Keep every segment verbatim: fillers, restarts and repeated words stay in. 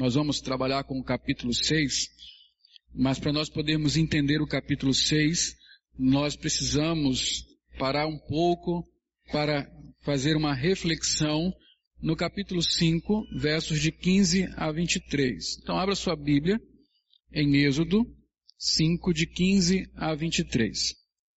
Nós vamos trabalhar com o capítulo seis, mas para nós podermos entender o capítulo seis, nós precisamos parar um pouco para fazer uma reflexão no capítulo cinco, versos de quinze a vinte e três. Então abra sua Bíblia em Êxodo cinco, de quinze a vinte e três.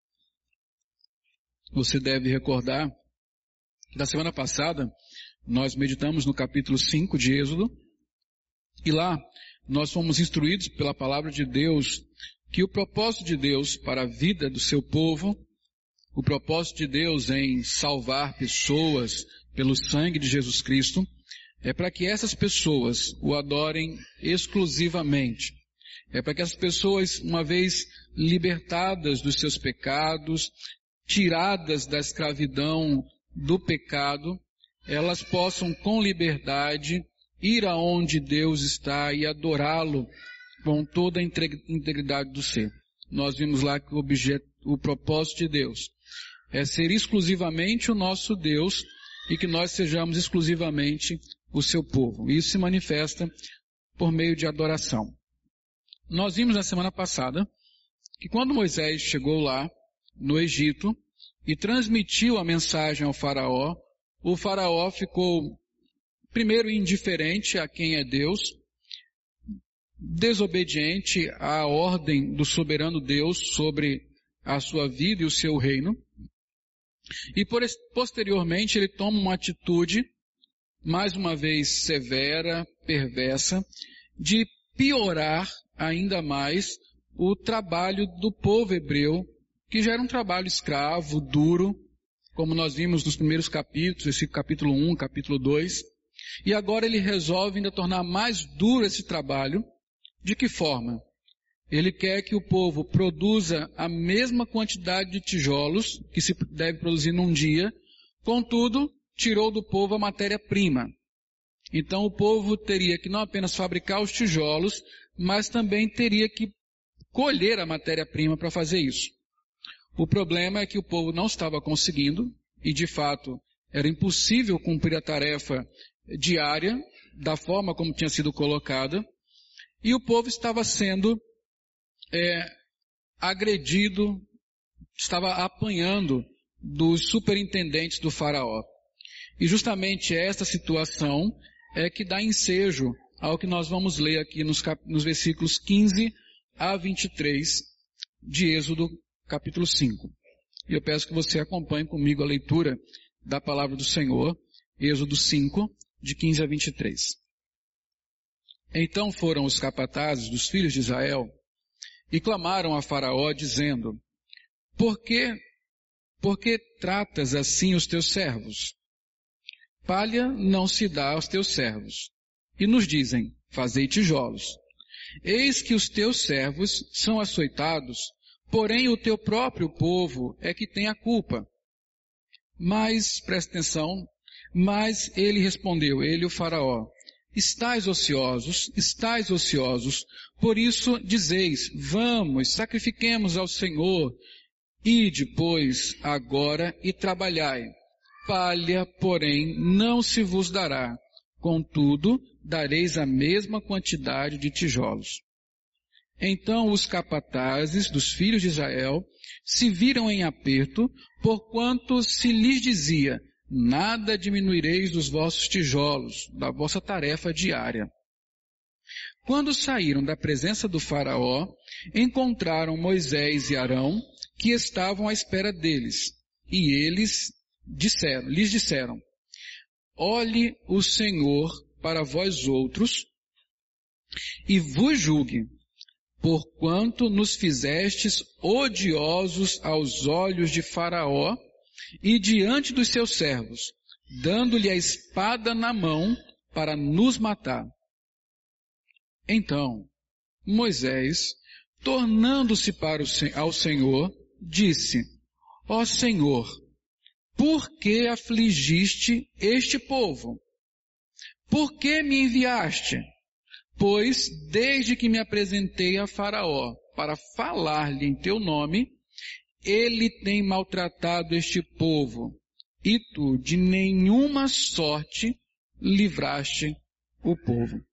Você deve recordar, da semana passada, nós meditamos no capítulo cinco de Êxodo, e lá nós fomos instruídos pela palavra de Deus que o propósito de Deus para a vida do seu povo, o propósito de Deus em salvar pessoas pelo sangue de Jesus Cristo, é para que essas pessoas o adorem exclusivamente. É para que essas pessoas, uma vez libertadas dos seus pecados, tiradas da escravidão do pecado, elas possam com liberdade ir aonde Deus está e adorá-lo com toda a integridade do ser. Nós vimos lá que o objeto, o propósito de Deus é ser exclusivamente o nosso Deus e que nós sejamos exclusivamente o seu povo. Isso se manifesta por meio de adoração. Nós vimos na semana passada que quando Moisés chegou lá no Egito e transmitiu a mensagem ao faraó, o faraó ficou primeiro indiferente a quem é Deus, desobediente à ordem do soberano Deus sobre a sua vida e o seu reino, e posteriormente ele toma uma atitude, mais uma vez severa, perversa, de piorar ainda mais o trabalho do povo hebreu, que já era um trabalho escravo, duro, como nós vimos nos primeiros capítulos, esse capítulo um, capítulo dois, e agora ele resolve ainda tornar mais duro esse trabalho. De que forma? Ele quer que o povo produza a mesma quantidade de tijolos que se deve produzir num dia, contudo, tirou do povo a matéria-prima. Então o povo teria que não apenas fabricar os tijolos, mas também teria que colher a matéria-prima para fazer isso. O problema é que o povo não estava conseguindo, e de fato era impossível cumprir a tarefa diária, da forma como tinha sido colocada, e o povo estava sendo é, agredido, estava apanhando dos superintendentes do faraó. E justamente esta situação é que dá ensejo ao que nós vamos ler aqui nos, cap... nos versículos quinze a vinte e três de Êxodo capítulo cinco. E eu peço que você acompanhe comigo a leitura da palavra do Senhor, Êxodo cinco, de quinze a vinte e três. Então foram os capatazes dos filhos de Israel e clamaram a Faraó dizendo: Por que, por que tratas assim os teus servos? Palha não se dá aos teus servos. E nos dizem: Fazei tijolos. Eis que os teus servos são açoitados, porém o teu próprio povo é que tem a culpa. Mas, presta atenção, mas ele respondeu, ele o Faraó: Estais ociosos, estais ociosos, por isso dizeis: Vamos, sacrifiquemos ao Senhor. Ide, pois, agora e trabalhai. Palha, porém, não se vos dará. Contudo, dareis a mesma quantidade de tijolos. Então os capatazes dos filhos de Israel se viram em aperto, porquanto se lhes dizia: Nada diminuireis dos vossos tijolos, da vossa tarefa diária. Quando saíram da presença do Faraó, encontraram Moisés e Arão, que estavam à espera deles, e eles disseram, lhes disseram: Olhe o Senhor para vós outros e vos julgue, porquanto nos fizestes odiosos aos olhos de Faraó e diante dos seus servos, dando-lhe a espada na mão para nos matar. Então Moisés, tornando-se para o, ao Senhor, disse: Ó Senhor, por que afligiste este povo? Por que me enviaste? Pois, desde que me apresentei a Faraó para falar-lhe em teu nome, ele tem maltratado este povo, e tu de nenhuma sorte livraste o povo.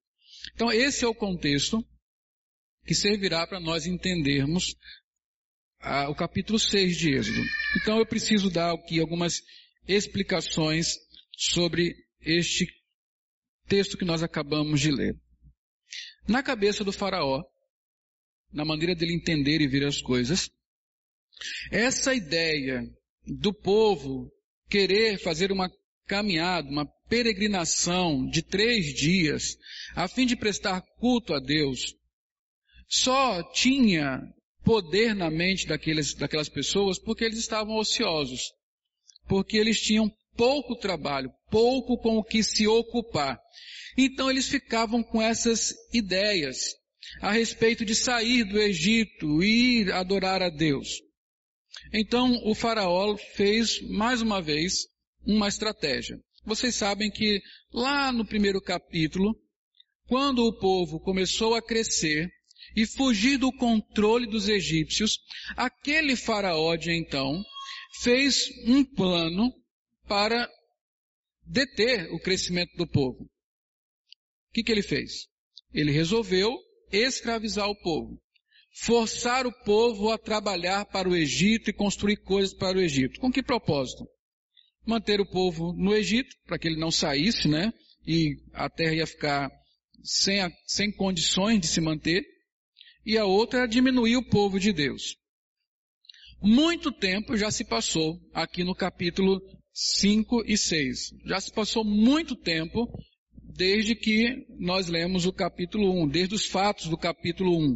Então esse é o contexto que servirá para nós entendermos ah, o capítulo seis de Êxodo. Então eu preciso dar aqui algumas explicações sobre este texto que nós acabamos de ler. Na cabeça do faraó, na maneira dele entender e ver as coisas, essa ideia do povo querer fazer uma caminhada, uma peregrinação de três dias, a fim de prestar culto a Deus, só tinha poder na mente daqueles, daquelas pessoas porque eles estavam ociosos, porque eles tinham pouco trabalho, pouco com o que se ocupar. Então eles ficavam com essas ideias a respeito de sair do Egito e ir adorar a Deus. Então o faraó fez mais uma vez uma estratégia. Vocês sabem que lá no primeiro capítulo, quando o povo começou a crescer e fugir do controle dos egípcios, aquele faraó de então fez um plano para deter o crescimento do povo. O que que ele fez? Ele resolveu escravizar o povo, forçar o povo a trabalhar para o Egito e construir coisas para o Egito. Com que propósito? Manter o povo no Egito, para que ele não saísse, né? E a terra ia ficar sem, a, sem condições de se manter. E a outra era diminuir o povo de Deus. Muito tempo já se passou aqui no capítulo cinco e seis. Já se passou muito tempo desde que nós lemos o capítulo um, desde os fatos do capítulo um.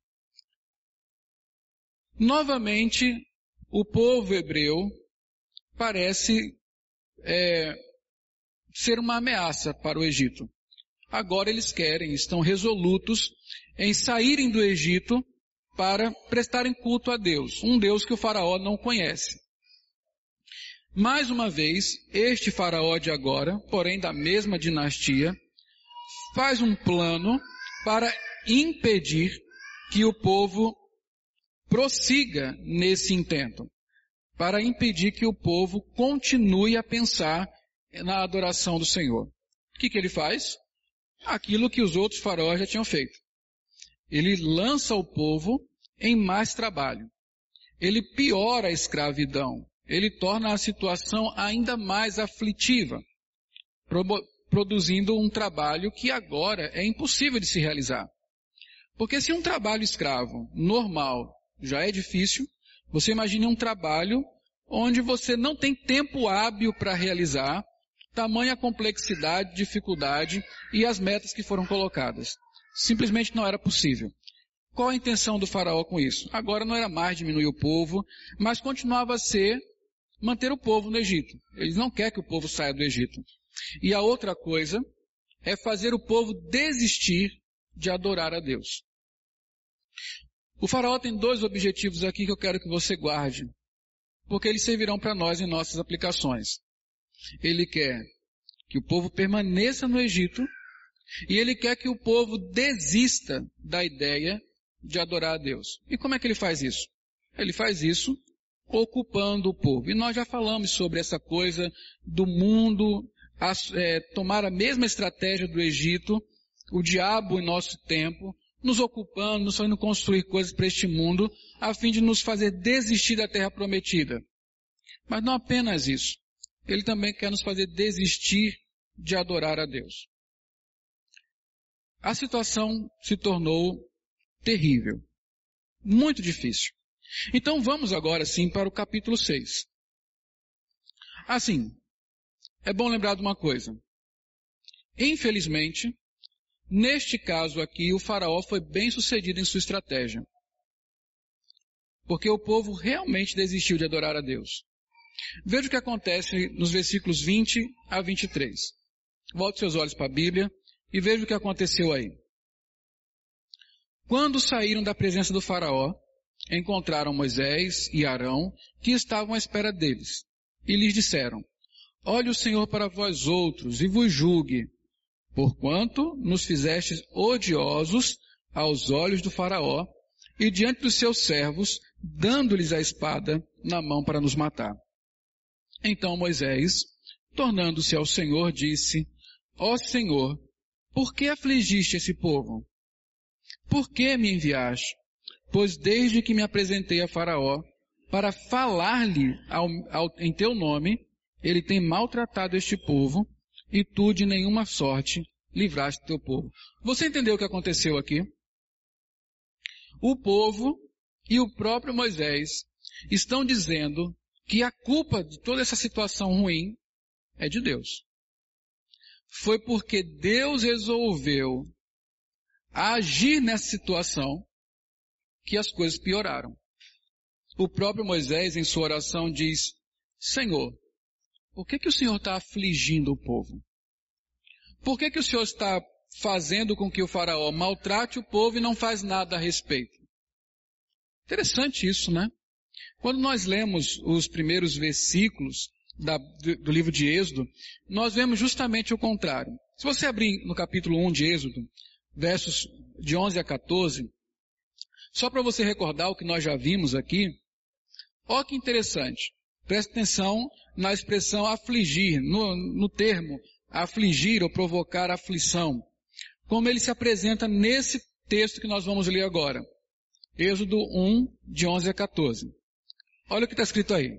Novamente, o povo hebreu parece é, ser uma ameaça para o Egito. Agora eles querem, estão resolutos em saírem do Egito para prestarem culto a Deus, um Deus que o faraó não conhece. Mais uma vez, este faraó de agora, porém da mesma dinastia, faz um plano para impedir que o povo prossiga nesse intento, para impedir que o povo continue a pensar na adoração do Senhor. O que que ele faz? Aquilo que os outros faraós já tinham feito. Ele lança o povo em mais trabalho. Ele piora a escravidão. Ele torna a situação ainda mais aflitiva, produzindo um trabalho que agora é impossível de se realizar. Porque se um trabalho escravo normal já é difícil, você imagine um trabalho onde você não tem tempo hábil para realizar, tamanha complexidade, dificuldade e as metas que foram colocadas. Simplesmente não era possível. Qual a intenção do faraó com isso? Agora não era mais diminuir o povo, mas continuava a ser manter o povo no Egito. Eles não querem que o povo saia do Egito. E a outra coisa é fazer o povo desistir de adorar a Deus. O faraó tem dois objetivos aqui que eu quero que você guarde, porque eles servirão para nós em nossas aplicações. Ele quer que o povo permaneça no Egito e ele quer que o povo desista da ideia de adorar a Deus. E como é que ele faz isso? Ele faz isso ocupando o povo. E nós já falamos sobre essa coisa do mundo a, é, tomar a mesma estratégia do Egito, o diabo em nosso tempo, nos ocupando, nos fazendo construir coisas para este mundo, a fim de nos fazer desistir da terra prometida. Mas não apenas isso. Ele também quer nos fazer desistir de adorar a Deus. A situação se tornou terrível. Muito difícil. Então vamos agora sim para o capítulo seis. Assim, é bom lembrar de uma coisa. Infelizmente, neste caso aqui, o faraó foi bem sucedido em sua estratégia. Porque o povo realmente desistiu de adorar a Deus. Veja o que acontece nos versículos vinte a vinte e três. Volte seus olhos para a Bíblia e veja o que aconteceu aí. Quando saíram da presença do faraó, encontraram Moisés e Arão, que estavam à espera deles, e lhes disseram: Olhe o Senhor para vós outros e vos julgue, porquanto nos fizestes odiosos aos olhos do faraó e diante dos seus servos, dando-lhes a espada na mão para nos matar. Então Moisés, tornando-se ao Senhor, disse: Ó Senhor, por que afligiste esse povo? Por que me enviaste? Pois desde que me apresentei a Faraó, para falar-lhe ao, ao, em teu nome, ele tem maltratado este povo, e tu de nenhuma sorte livraste teu povo. Você entendeu o que aconteceu aqui? O povo e o próprio Moisés estão dizendo que a culpa de toda essa situação ruim é de Deus. Foi porque Deus resolveu agir nessa situação que as coisas pioraram. O próprio Moisés, em sua oração, diz: Senhor, por que que o Senhor está afligindo o povo? Por que que o Senhor está fazendo com que o faraó maltrate o povo e não faz nada a respeito? Interessante isso, né? Quando nós lemos os primeiros versículos da, do, do livro de Êxodo, nós vemos justamente o contrário. Se você abrir no capítulo um de Êxodo, versos de onze a quatorze, só para você recordar o que nós já vimos aqui, olha que interessante. Presta atenção na expressão afligir, no, no termo afligir ou provocar aflição. Como ele se apresenta nesse texto que nós vamos ler agora. Êxodo um, de onze a quatorze. Olha o que está escrito aí.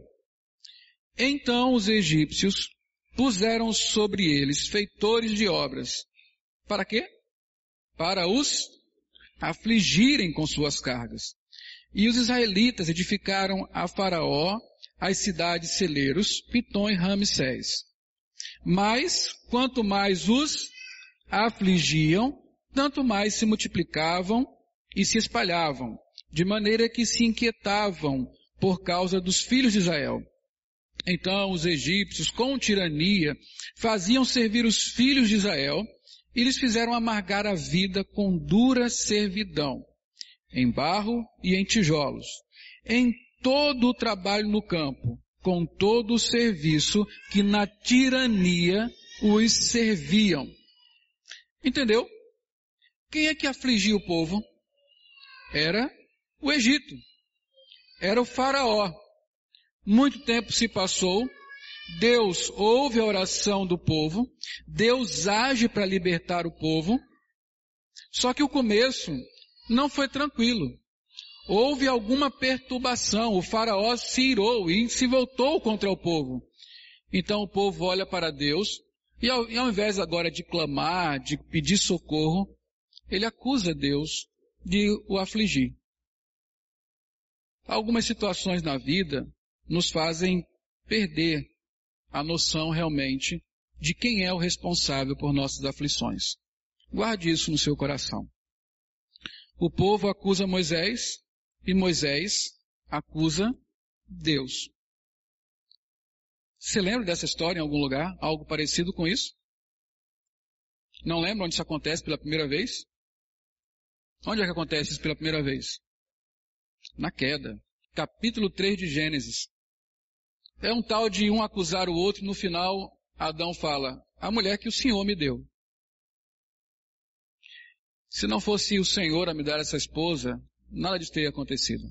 Então os egípcios puseram sobre eles feitores de obras. Para quê? Para os afligirem com suas cargas. E os israelitas edificaram a Faraó as cidades celeiros, Pitom e Ramsés. Mas, quanto mais os afligiam, tanto mais se multiplicavam e se espalhavam, de maneira que se inquietavam por causa dos filhos de Israel. Então os egípcios, com tirania, faziam servir os filhos de Israel e lhes fizeram amargar a vida com dura servidão, em barro e em tijolos, em todo o trabalho no campo, com todo o serviço que na tirania os serviam. Entendeu? Quem é que afligia o povo? Era o Egito. Era o faraó. Muito tempo se passou, Deus ouve a oração do povo, Deus age para libertar o povo, só que o começo não foi tranquilo. Houve alguma perturbação, o faraó se irou e se voltou contra o povo. Então o povo olha para Deus e ao, e ao invés agora de clamar, de pedir socorro, ele acusa Deus de o afligir. Algumas situações na vida nos fazem perder a noção realmente de quem é o responsável por nossas aflições. Guarde isso no seu coração. O povo acusa Moisés e Moisés acusa Deus. Você lembra dessa história em algum lugar? Algo parecido com isso? Não lembra onde isso acontece pela primeira vez? Onde é que acontece isso pela primeira vez? Na queda. Capítulo três de Gênesis. É um tal de um acusar o outro, no final Adão fala, a mulher que o Senhor me deu. Se não fosse o Senhor a me dar essa esposa, nada disso teria acontecido.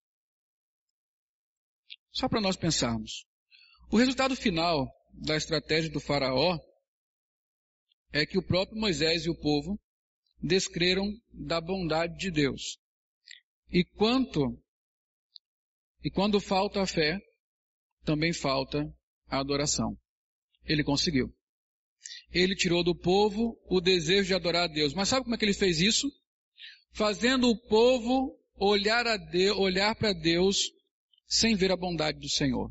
Só para nós pensarmos. O resultado final da estratégia do faraó é que o próprio Moisés e o povo descreram da bondade de Deus. E quanto, e quando falta a fé, também falta a adoração. Ele conseguiu. Ele tirou do povo o desejo de adorar a Deus. Mas sabe como é que ele fez isso? Fazendo o povo olhar, a Deus, olhar para Deus sem ver a bondade do Senhor.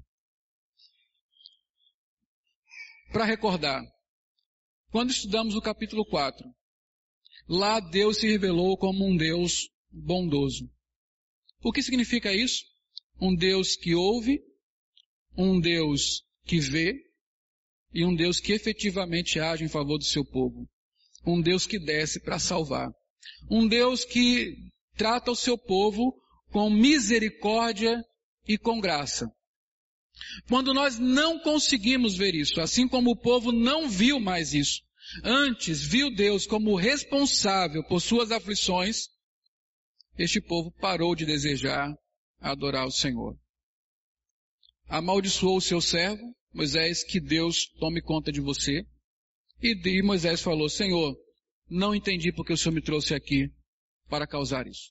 Para recordar, quando estudamos o capítulo quatro, lá Deus se revelou como um Deus bondoso. O que significa isso? Um Deus que ouve, um Deus que vê e um Deus que efetivamente age em favor do seu povo. Um Deus que desce para salvar. Um Deus que trata o seu povo com misericórdia e com graça. Quando nós não conseguimos ver isso, assim como o povo não viu mais isso, antes viu Deus como responsável por suas aflições, este povo parou de desejar adorar o Senhor. Amaldiçoou o seu servo, Moisés, que Deus tome conta de você. E Moisés falou, Senhor, não entendi porque o Senhor me trouxe aqui para causar isso.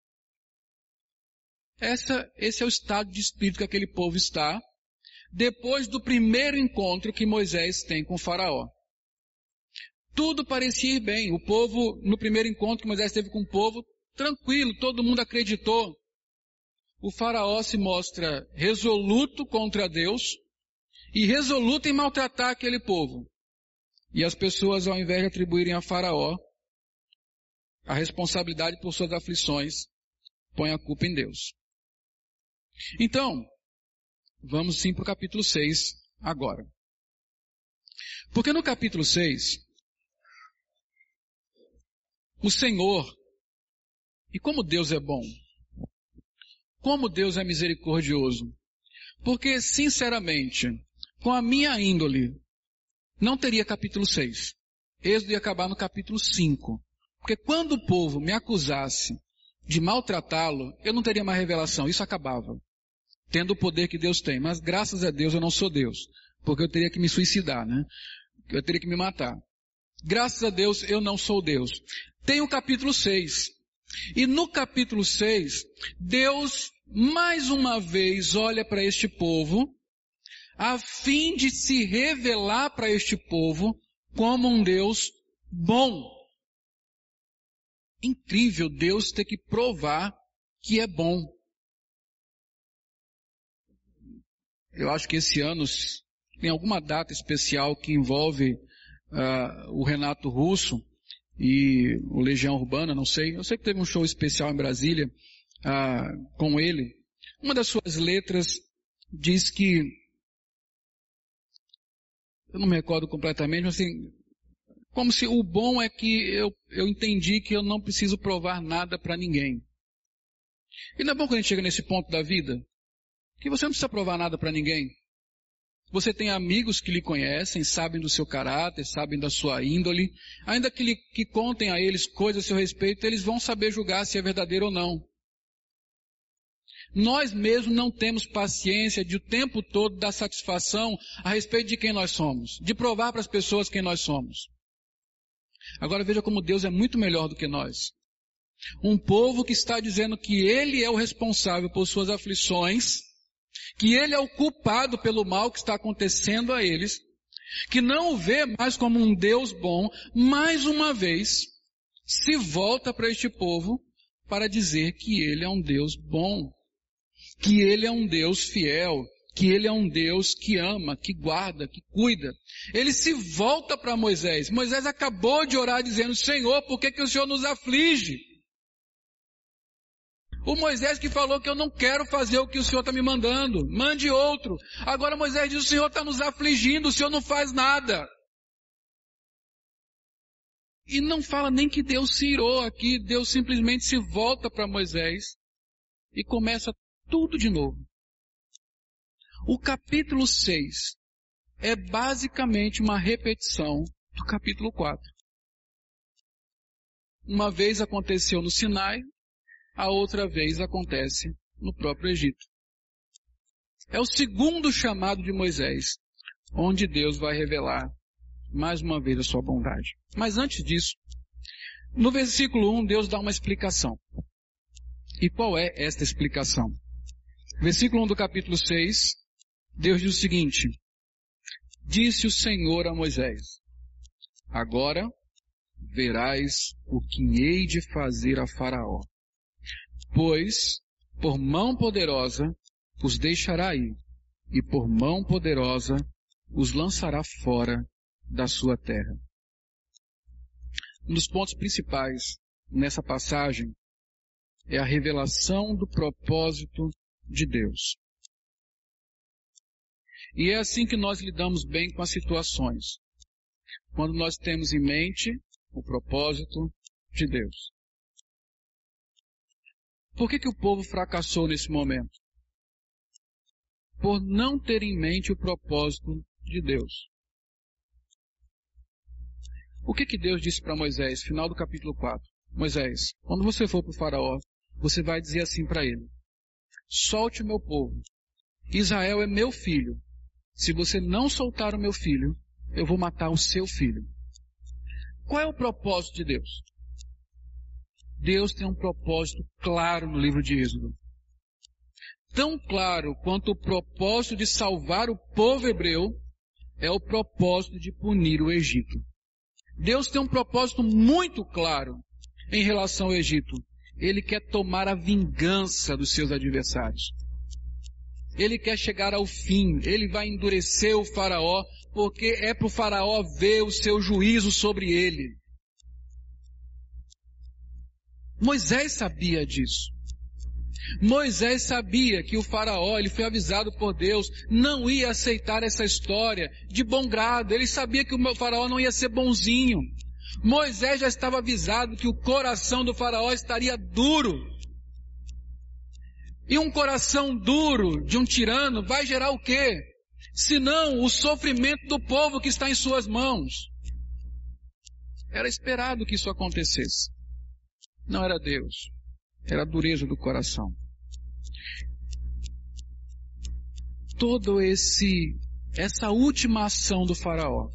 Essa, esse é o estado de espírito que aquele povo está depois do primeiro encontro que Moisés tem com o faraó. Tudo parecia ir bem. O povo, no primeiro encontro que Moisés teve com o povo, tranquilo, todo mundo acreditou. O faraó se mostra resoluto contra Deus e resoluto em maltratar aquele povo. E as pessoas, ao invés de atribuírem a faraó a responsabilidade por suas aflições, põem a culpa em Deus. Então, vamos sim para o capítulo seis agora. Porque no capítulo seis, o Senhor, e como Deus é bom, como Deus é misericordioso, porque, sinceramente, com a minha índole, não teria capítulo seis. Êxodo ia acabar no capítulo cinco. Porque quando o povo me acusasse de maltratá-lo, eu não teria mais revelação. Isso acabava. Tendo o poder que Deus tem. Mas graças a Deus eu não sou Deus. Porque eu teria que me suicidar, né? Eu teria que me matar. Graças a Deus eu não sou Deus. Tem o capítulo seis. E no capítulo seis, Deus mais uma vez olha para este povo, a fim de se revelar para este povo como um Deus bom. Incrível Deus ter que provar que é bom. Eu acho que esse ano tem alguma data especial que envolve uh, o Renato Russo e o Legião Urbana, não sei. Eu sei que teve um show especial em Brasília uh, com ele. Uma das suas letras diz que, eu não me recordo completamente, mas assim, como se o bom é que eu, eu entendi que eu não preciso provar nada para ninguém. E não é bom quando a gente chega nesse ponto da vida, que você não precisa provar nada para ninguém. Você tem amigos que lhe conhecem, sabem do seu caráter, sabem da sua índole, ainda que, lhe, que contem a eles coisas a seu respeito, eles vão saber julgar se é verdadeiro ou não. Nós mesmos não temos paciência de o tempo todo dar satisfação a respeito de quem nós somos, de provar para as pessoas quem nós somos. Agora veja como Deus é muito melhor do que nós. Um povo que está dizendo que Ele é o responsável por suas aflições, que Ele é o culpado pelo mal que está acontecendo a eles, que não o vê mais como um Deus bom, mais uma vez se volta para este povo para dizer que Ele é um Deus bom, que Ele é um Deus fiel, que Ele é um Deus que ama, que guarda, que cuida. Ele se volta para Moisés. Moisés acabou de orar dizendo, Senhor, por que que o Senhor nos aflige? O Moisés que falou que eu não quero fazer o que o Senhor está me mandando. Mande outro. Agora Moisés diz, o Senhor está nos afligindo, o Senhor não faz nada. E não fala nem que Deus se irou aqui. Deus simplesmente se volta para Moisés e começa tudo de novo. O capítulo seis é basicamente uma repetição do capítulo quatro. Uma vez aconteceu no Sinai, a outra vez acontece no próprio Egito. É o segundo chamado de Moisés, onde Deus vai revelar mais uma vez a sua bondade. Mas antes disso, no versículo um, Deus dá uma explicação. E qual é esta explicação? Versículo um do capítulo seis, Deus diz o seguinte, disse o Senhor a Moisés, agora verás o que hei de fazer a Faraó, pois por mão poderosa os deixará ir, e por mão poderosa os lançará fora da sua terra. Um dos pontos principais nessa passagem é a revelação do propósito de Deus. E é assim que nós lidamos bem com as situações. Quando nós temos em mente o propósito de Deus. Por que que o povo fracassou nesse momento? Por não ter em mente o propósito de Deus. O que que Deus disse para Moisés, final do capítulo quatro? Moisés, quando você for para o faraó, você vai dizer assim para ele, solte o meu povo. Israel é meu filho. Se você não soltar o meu filho, eu vou matar o seu filho. Qual é o propósito de Deus? Deus tem um propósito claro no livro de Êxodo. Tão claro quanto o propósito de salvar o povo hebreu é o propósito de punir o Egito. Deus tem um propósito muito claro em relação ao Egito. Ele quer tomar a vingança dos seus adversários. Ele quer chegar ao fim. Ele vai endurecer o faraó, porque é para o faraó ver o seu juízo sobre ele. Moisés sabia disso. Moisés sabia que o faraó, ele foi avisado por Deus, não ia aceitar essa história de bom grado. Ele sabia que o faraó não ia ser bonzinho. Moisés já estava avisado que o coração do faraó estaria duro. E um coração duro de um tirano vai gerar o quê? Senão o sofrimento do povo que está em suas mãos. Era esperado que isso acontecesse. Não era Deus. Era a dureza do coração. Todo esse, essa última ação do faraó,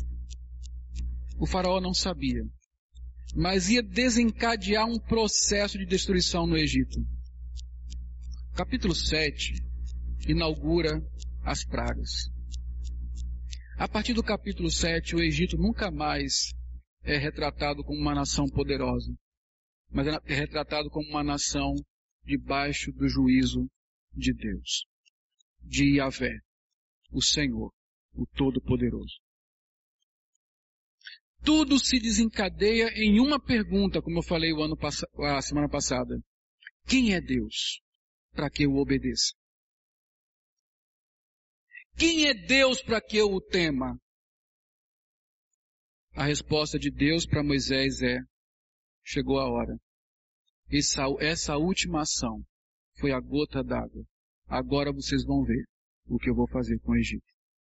o faraó não sabia, mas ia desencadear um processo de destruição no Egito. Capítulo sete inaugura as pragas. A partir do capítulo sete, o Egito nunca mais é retratado como uma nação poderosa, mas é retratado como uma nação debaixo do juízo de Deus, de Yahvé, o Senhor, o Todo-Poderoso. Tudo se desencadeia em uma pergunta, como eu falei o ano pass- a semana passada. Quem é Deus para que eu obedeça? Quem é Deus para que eu o tema? A resposta de Deus para Moisés é: chegou a hora. Essa, essa última ação foi a gota d'água. Agora vocês vão ver o que eu vou fazer com o Egito.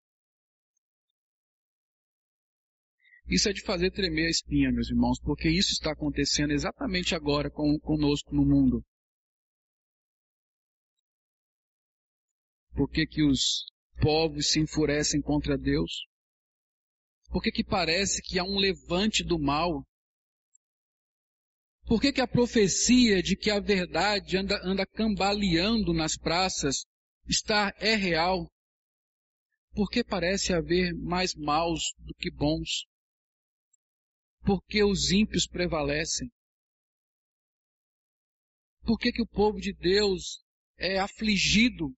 Isso é de fazer tremer a espinha, meus irmãos, porque isso está acontecendo exatamente agora com, conosco no mundo. Por que que os povos se enfurecem contra Deus? Por que que parece que há um levante do mal? Por que que a profecia de que a verdade anda, anda cambaleando nas praças está, é real? Por que parece haver mais maus do que bons? Por que os ímpios prevalecem? Por que que o povo de Deus é afligido?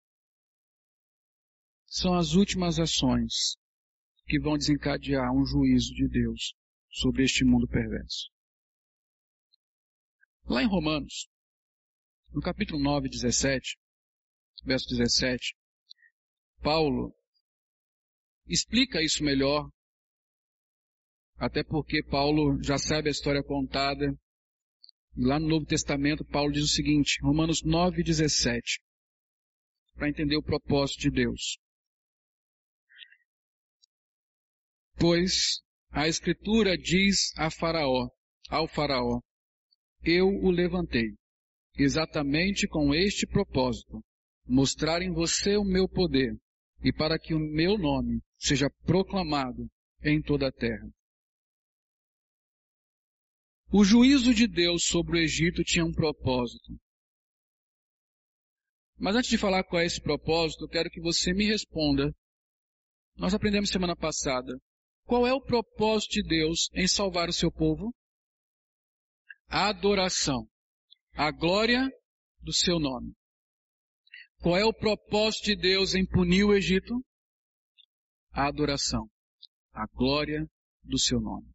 São as últimas ações que vão desencadear um juízo de Deus sobre este mundo perverso. Lá em Romanos, no capítulo nove, dezessete, verso dezessete, Paulo explica isso melhor, até porque Paulo já sabe a história contada. E lá no Novo Testamento, Paulo diz o seguinte, Romanos nove, dezessete, para entender o propósito de Deus. Pois a Escritura diz a Faraó, ao Faraó, eu o levantei, exatamente com este propósito, mostrar em você o meu poder, e para que o meu nome seja proclamado em toda a terra. O juízo de Deus sobre o Egito tinha um propósito. Mas antes de falar qual é esse propósito, eu quero que você me responda. Nós aprendemos semana passada. Qual é o propósito de Deus em salvar o seu povo? A adoração, a glória do seu nome. Qual é o propósito de Deus em punir o Egito? A adoração, a glória do seu nome.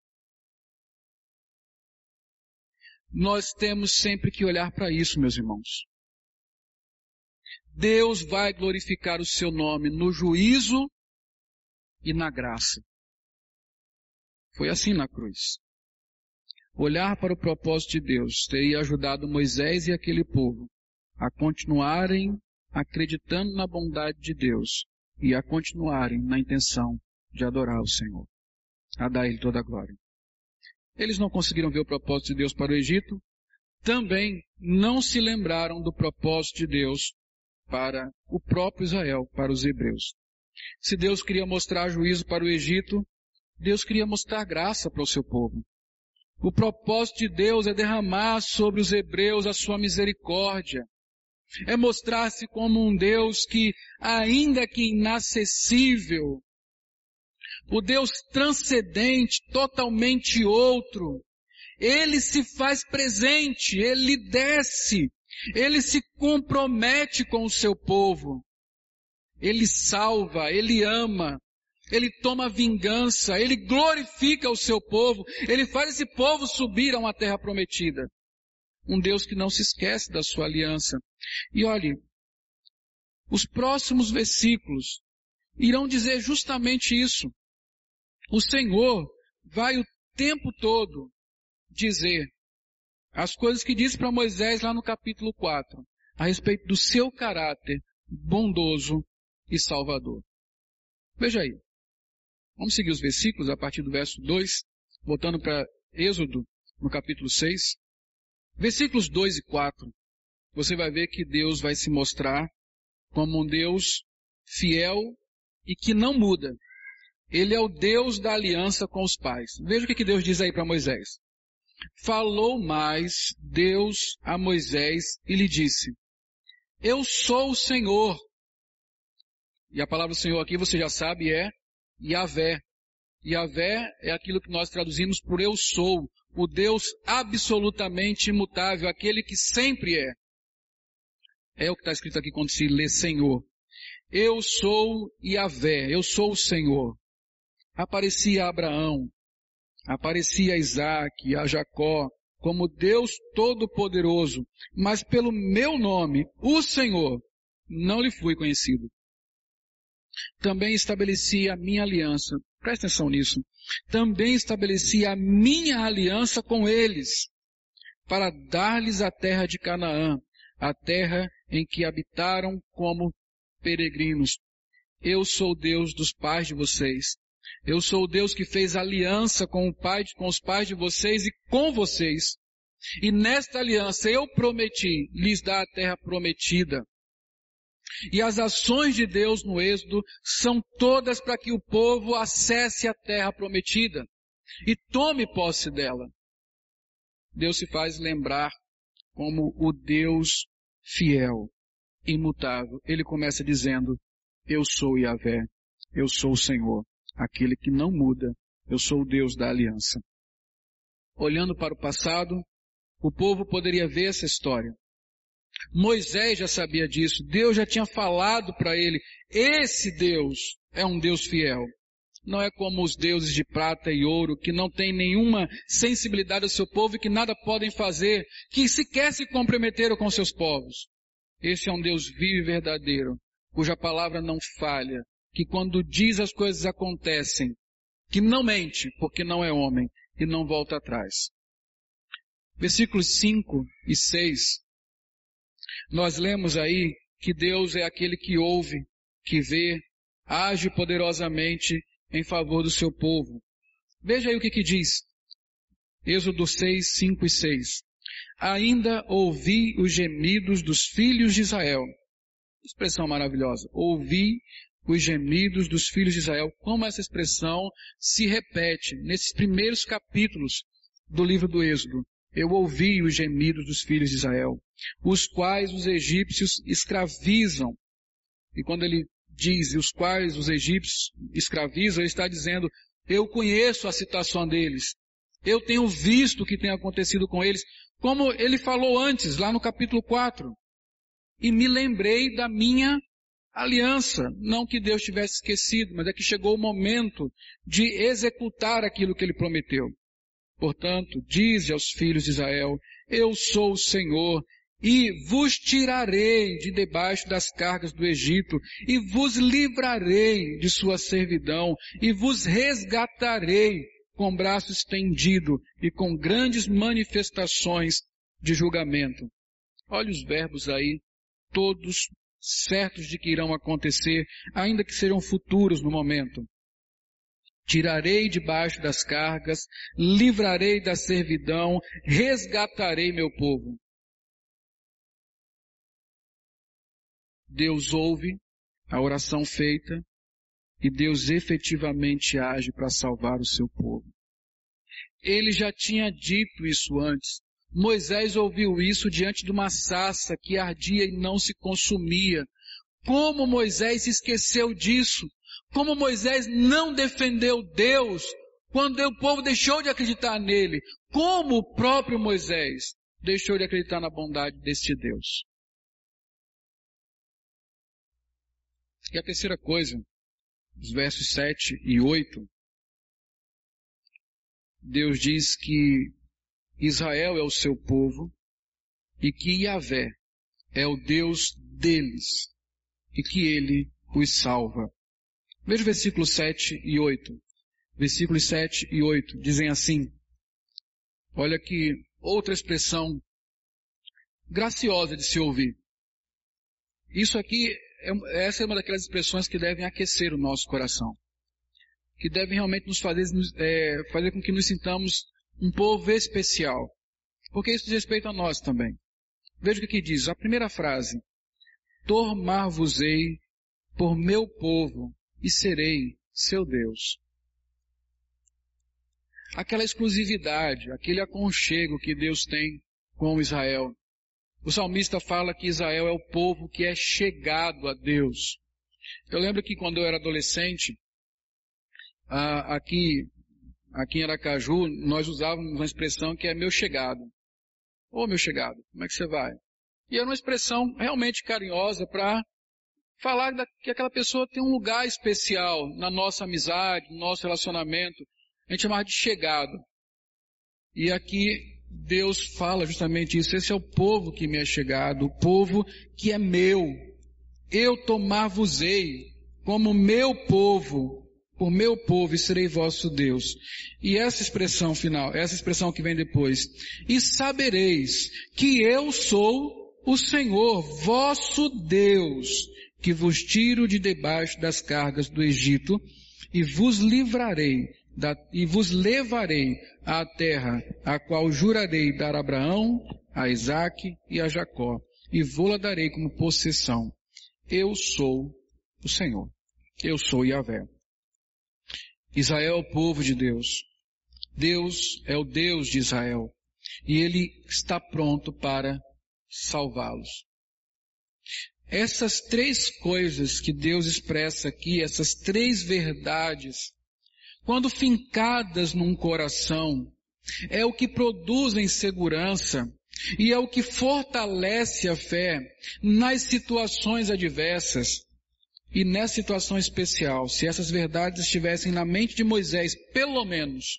Nós temos sempre que olhar para isso, meus irmãos. Deus vai glorificar o seu nome no juízo e na graça. Foi assim na cruz. Olhar para o propósito de Deus teria ajudado Moisés e aquele povo a continuarem acreditando na bondade de Deus e a continuarem na intenção de adorar o Senhor, a dar a Ele toda a glória. Eles não conseguiram ver o propósito de Deus para o Egito, também não se lembraram do propósito de Deus para o próprio Israel, para os hebreus. Se Deus queria mostrar juízo para o Egito, Deus queria mostrar graça para o seu povo. O propósito de Deus é derramar sobre os hebreus a sua misericórdia. É mostrar-se como um Deus que, ainda que inacessível, o Deus transcendente, totalmente outro, Ele se faz presente, Ele desce, Ele se compromete com o seu povo. Ele salva, Ele ama, Ele toma vingança, Ele glorifica o seu povo, Ele faz esse povo subir a uma terra prometida. Um Deus que não se esquece da sua aliança. E olhe, os próximos versículos irão dizer justamente isso. O Senhor vai o tempo todo dizer as coisas que disse para Moisés lá no capítulo quatro, a respeito do seu caráter bondoso e salvador. Veja aí. Vamos seguir os versículos a partir do verso dois, voltando para Êxodo, no capítulo seis. Versículos dois e quatro, você vai ver que Deus vai se mostrar como um Deus fiel e que não muda. Ele é o Deus da aliança com os pais. Veja o que Deus diz aí para Moisés. Falou mais Deus a Moisés e lhe disse, eu sou o Senhor. E a palavra Senhor aqui você já sabe é Yahvé. Yahvé é aquilo que nós traduzimos por eu sou, o Deus absolutamente imutável, aquele que sempre é. É o que está escrito aqui quando se lê Senhor. Eu sou Yahvé, eu sou o Senhor. Aparecia a Abraão, aparecia a Isaque, a Jacó, como Deus Todo-Poderoso, mas pelo meu nome, o Senhor, não lhe fui conhecido. Também estabeleci a minha aliança, presta atenção nisso, também estabeleci a minha aliança com eles, para dar-lhes a terra de Canaã, a terra em que habitaram como peregrinos. Eu sou o Deus dos pais de vocês. Eu sou o Deus que fez aliança com, o pai, com os pais de vocês e com vocês. E nesta aliança eu prometi lhes dar a terra prometida. E as ações de Deus no Êxodo são todas para que o povo acesse a terra prometida e tome posse dela. Deus se faz lembrar como o Deus fiel, imutável. Ele começa dizendo, eu sou Yahvé, eu sou o Senhor, aquele que não muda, eu sou o Deus da aliança. Olhando para o passado, o povo poderia ver essa história. Moisés já sabia disso, Deus já tinha falado para ele, esse Deus é um Deus fiel. Não é como os deuses de prata e ouro, que não têm nenhuma sensibilidade ao seu povo e que nada podem fazer, que sequer se comprometeram com seus povos. Esse é um Deus vivo e verdadeiro, cuja palavra não falha, que quando diz as coisas acontecem, que não mente, porque não é homem, e não volta atrás. Versículos cinco e seis, nós lemos aí que Deus é aquele que ouve, que vê, age poderosamente em favor do seu povo. Veja aí o que que diz. Êxodo seis, cinco e seis. Ainda ouvi os gemidos dos filhos de Israel. Expressão maravilhosa. Ouvi os gemidos dos filhos de Israel. Como essa expressão se repete nesses primeiros capítulos do livro do Êxodo. Eu ouvi os gemidos dos filhos de Israel, os quais os egípcios escravizam. E quando ele diz, os quais os egípcios escravizam, ele está dizendo, eu conheço a situação deles. Eu tenho visto o que tem acontecido com eles, como ele falou antes, lá no capítulo quatro. E me lembrei da minha aliança. Não que Deus tivesse esquecido, mas é que chegou o momento de executar aquilo que ele prometeu. Portanto, dize aos filhos de Israel, eu sou o Senhor, e vos tirarei de debaixo das cargas do Egito, e vos livrarei de sua servidão, e vos resgatarei com braço estendido e com grandes manifestações de julgamento. Olha os verbos aí, todos certos de que irão acontecer, ainda que sejam futuros no momento. Tirarei debaixo das cargas, livrarei da servidão, resgatarei meu povo. Deus ouve a oração feita, e Deus efetivamente age para salvar o seu povo. Ele já tinha dito isso antes. Moisés ouviu isso diante de uma sarça que ardia e não se consumia. Como Moisés se esqueceu disso? Como Moisés não defendeu Deus quando o povo deixou de acreditar nele? Como o próprio Moisés deixou de acreditar na bondade deste Deus? E a terceira coisa, os versos sete e oito, Deus diz que Israel é o seu povo e que Yahvé é o Deus deles e que ele os salva. Veja o versículo sete e oito. Versículos sete e oito dizem assim, olha que outra expressão graciosa de se ouvir. Isso aqui, é, essa é uma daquelas expressões que devem aquecer o nosso coração, que devem realmente nos fazer, é, fazer com que nos sintamos um povo especial, porque isso diz respeito a nós também. Veja o que aqui diz, a primeira frase, tomar-vos-ei por meu povo e serei seu Deus. Aquela exclusividade, aquele aconchego que Deus tem com Israel. O salmista fala que Israel é o povo que é chegado a Deus. Eu lembro que quando eu era adolescente, aqui, aqui em Aracaju, nós usávamos uma expressão que é meu chegado. Ô meu chegado, como é que você vai? E era uma expressão realmente carinhosa para falar que aquela pessoa tem um lugar especial na nossa amizade, no nosso relacionamento. A gente chamava de chegado. E aqui Deus fala justamente isso. Esse é o povo que me é chegado, o povo que é meu. Eu tomar-vos-ei como meu povo, por meu povo, e serei vosso Deus. E essa expressão final, essa expressão que vem depois. E sabereis que eu sou o Senhor, vosso Deus, que vos tiro de debaixo das cargas do Egito, e vos livrarei, da, e vos levarei à terra, a qual jurarei dar a Abraão, a Isaque e a Jacó, e vou-la darei como possessão. Eu sou o Senhor. Eu sou Yahvé. Israel é o povo de Deus. Deus é o Deus de Israel. E Ele está pronto para salvá-los. Essas três coisas que Deus expressa aqui, essas três verdades, quando fincadas num coração, é o que produzem segurança e é o que fortalece a fé nas situações adversas. E nessa situação especial, se essas verdades estivessem na mente de Moisés, pelo menos,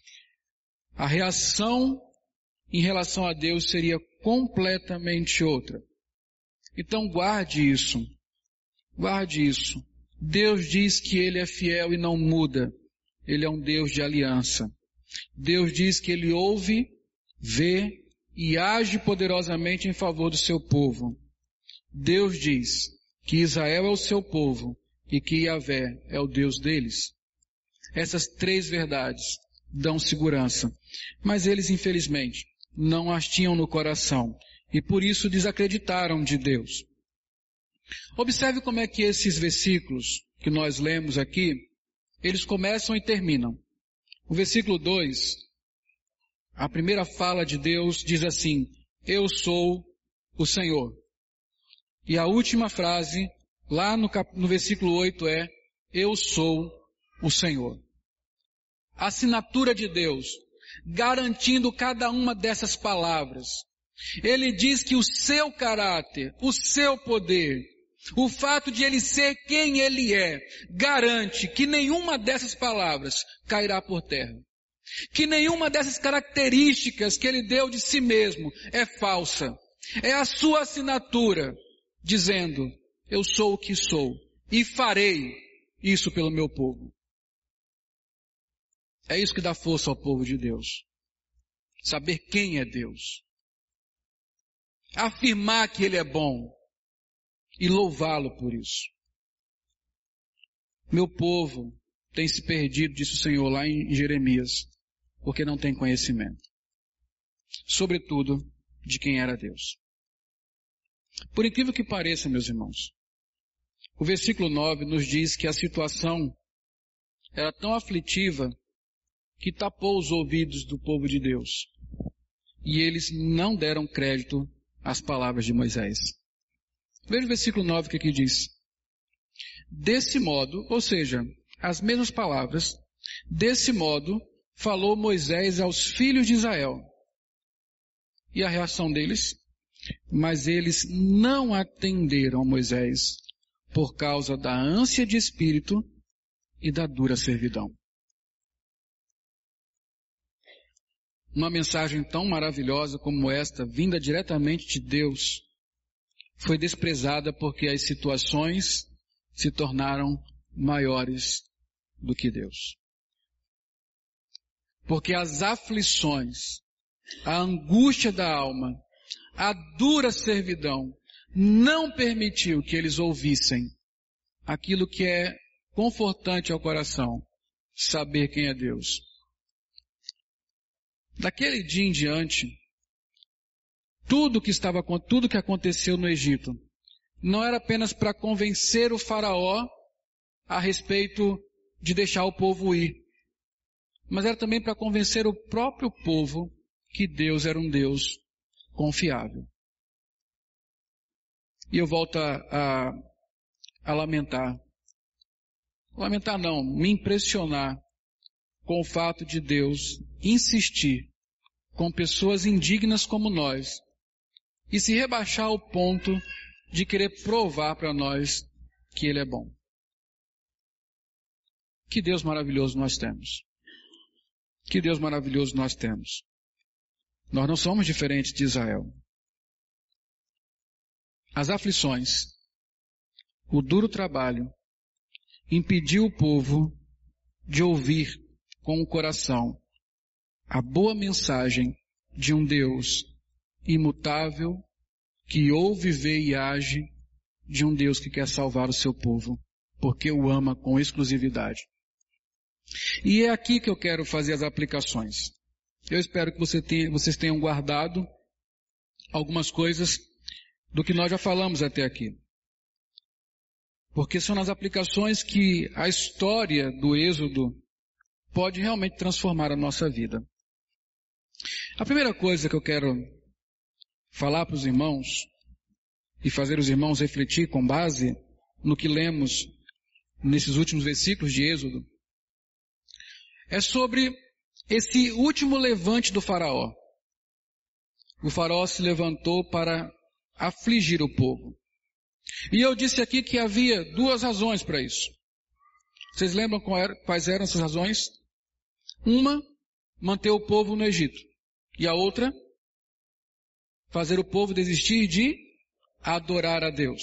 a reação em relação a Deus seria completamente outra. Então guarde isso. Guarde isso. Deus diz que Ele é fiel e não muda. Ele é um Deus de aliança. Deus diz que Ele ouve, vê e age poderosamente em favor do seu povo. Deus diz que Israel é o seu povo e que Yahvé é o Deus deles. Essas três verdades dão segurança. Mas eles, infelizmente, não as tinham no coração e por isso desacreditaram de Deus. Observe como é que esses versículos que nós lemos aqui, eles começam e terminam. O versículo dois, a primeira fala de Deus diz assim, eu sou o Senhor. E a última frase, lá no, cap... no versículo oito é, eu sou o Senhor. A assinatura de Deus, garantindo cada uma dessas palavras. Ele diz que o seu caráter, o seu poder, o fato de Ele ser quem Ele é, garante que nenhuma dessas palavras cairá por terra. Que nenhuma dessas características que Ele deu de si mesmo é falsa. É a sua assinatura, dizendo, eu sou o que sou e farei isso pelo meu povo. É isso que dá força ao povo de Deus. Saber quem é Deus. Afirmar que Ele é bom e louvá-lo por isso. Meu povo tem se perdido, disse o Senhor lá em Jeremias, porque não tem conhecimento. Sobretudo de quem era Deus. Por incrível que pareça, meus irmãos, O versículo nove nos diz que a situação era tão aflitiva que tapou os ouvidos do povo de Deus. E eles não deram crédito às palavras de Moisés. Veja o versículo nove que aqui diz. Desse modo, ou seja, as mesmas palavras, desse modo falou Moisés aos filhos de Israel. E a reação deles? Mas eles não atenderam a Moisés por causa da ânsia de espírito e da dura servidão. Uma mensagem tão maravilhosa como esta, vinda diretamente de Deus, foi desprezada porque as situações se tornaram maiores do que Deus. Porque as aflições, a angústia da alma, a dura servidão, não permitiu que eles ouvissem aquilo que é confortante ao coração, saber quem é Deus. Daquele dia em diante, tudo que estava, tudo que aconteceu no Egito, não era apenas para convencer o faraó a respeito de deixar o povo ir, mas era também para convencer o próprio povo que Deus era um Deus confiável. E eu volto a, a, a lamentar. Lamentar não, me impressionar com o fato de Deus insistir com pessoas indignas como nós e se rebaixar ao ponto de querer provar para nós que Ele é bom. Que Deus maravilhoso nós temos. Que Deus maravilhoso nós temos. Nós não somos diferentes de Israel. As aflições, o duro trabalho, impediu o povo de ouvir com o coração a boa mensagem de um Deus imutável, que ouve, vê e age, de um Deus que quer salvar o seu povo, porque o ama com exclusividade. E é aqui que eu quero fazer as aplicações. Eu espero que você tenha, vocês tenham guardado algumas coisas do que nós já falamos até aqui. Porque são nas aplicações que a história do Êxodo pode realmente transformar a nossa vida. A primeira coisa que eu quero falar para os irmãos e fazer os irmãos refletir com base no que lemos nesses últimos versículos de Êxodo é sobre esse último levante do faraó. O faraó se levantou para afligir o povo. E eu disse aqui que havia duas razões para isso. Vocês lembram quais eram essas razões? Uma, manter o povo no Egito. E a outra, fazer o povo desistir de adorar a Deus.